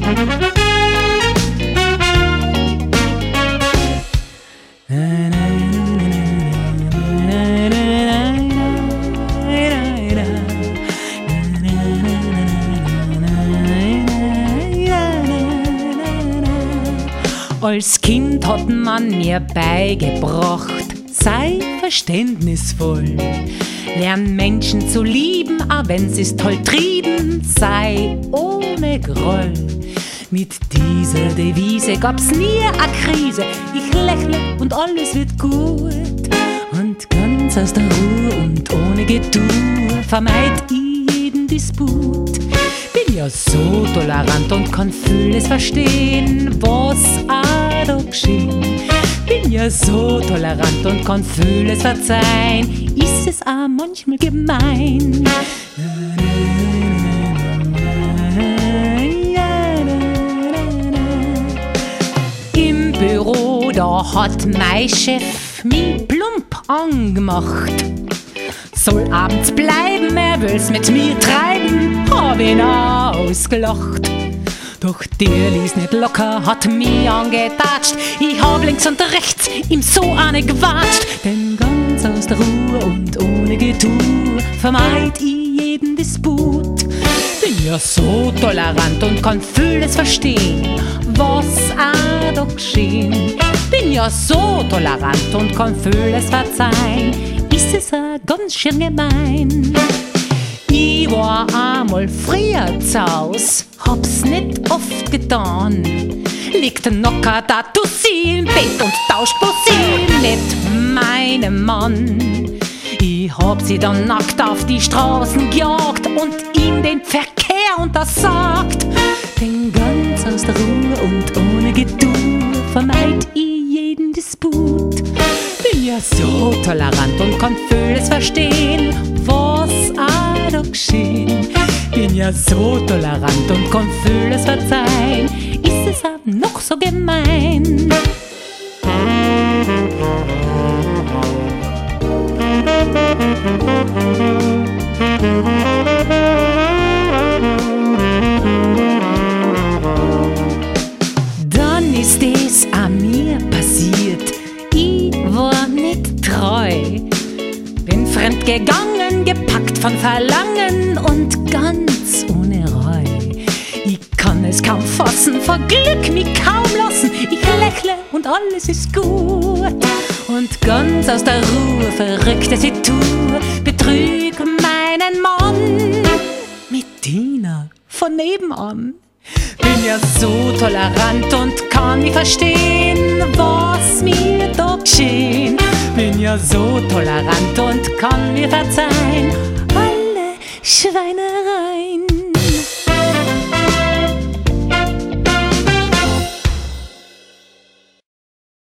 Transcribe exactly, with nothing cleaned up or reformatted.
Als Kind hat man mir beigebracht, sei verständnisvoll, lern Menschen zu lieben, auch wenn sie's toll trieben, sei ohne Groll. Mit dieser Devise gab's nie a Krise, ich lächle und alles wird gut. Und ganz aus der Ruhe und ohne Getue vermeid ich jeden Disput. Bin ja so tolerant und kann vieles verstehen, was auch da geschehen. Bin ja so tolerant und kann vieles verzeihen, ist es auch manchmal gemein. Im Büro, da hat mein Chef mich plump angemacht. Soll abends bleiben, er will's mit mir treiben, hab ihn ausgelacht. Doch der ließ nicht locker, hat mich angetatscht. Ich hab links und rechts ihm so eine gewatscht. Denn ganz aus der Ruhe und ohne Getue vermeid ich jeden Disput. Bin ja so tolerant und kann vieles verstehen, was auch da geschehen. Bin ja so tolerant und kann vieles verzeihen, ist es auch ganz schön gemein. Ich war einmal früher zu Haus, hab's nicht oft getan. Liegt Nocker da Tussi im Bett und tauscht Pussy mit meinem Mann. Ich hab sie dann nackt auf die Straßen gejagt und ihm den Verkehr untersagt. Denn ganz aus der Ruhe und ohne Getue vermeid ich jeden Disput. Bin ja so tolerant und kann vieles verstehen, was auch da geschehen. Bin ja so tolerant und kann vieles verzeihen, ist es auch noch so gemein. Dann ist es an mir passiert, ich war nicht treu. Bin fremd gegangen, gepackt von Verlangen und ganz ohne Reu. Ich kann es kaum fassen, vor Glück mich kaum lassen. Ich lächle und alles ist gut. Und ganz aus der Ruhe, verrückte sie tue, betrüg meinen Mann mit Tina von nebenan. Bin ja so tolerant und kann nicht verstehen, was mir da geschehen. Bin ja so tolerant und kann mir verzeihen alle Schweinereien.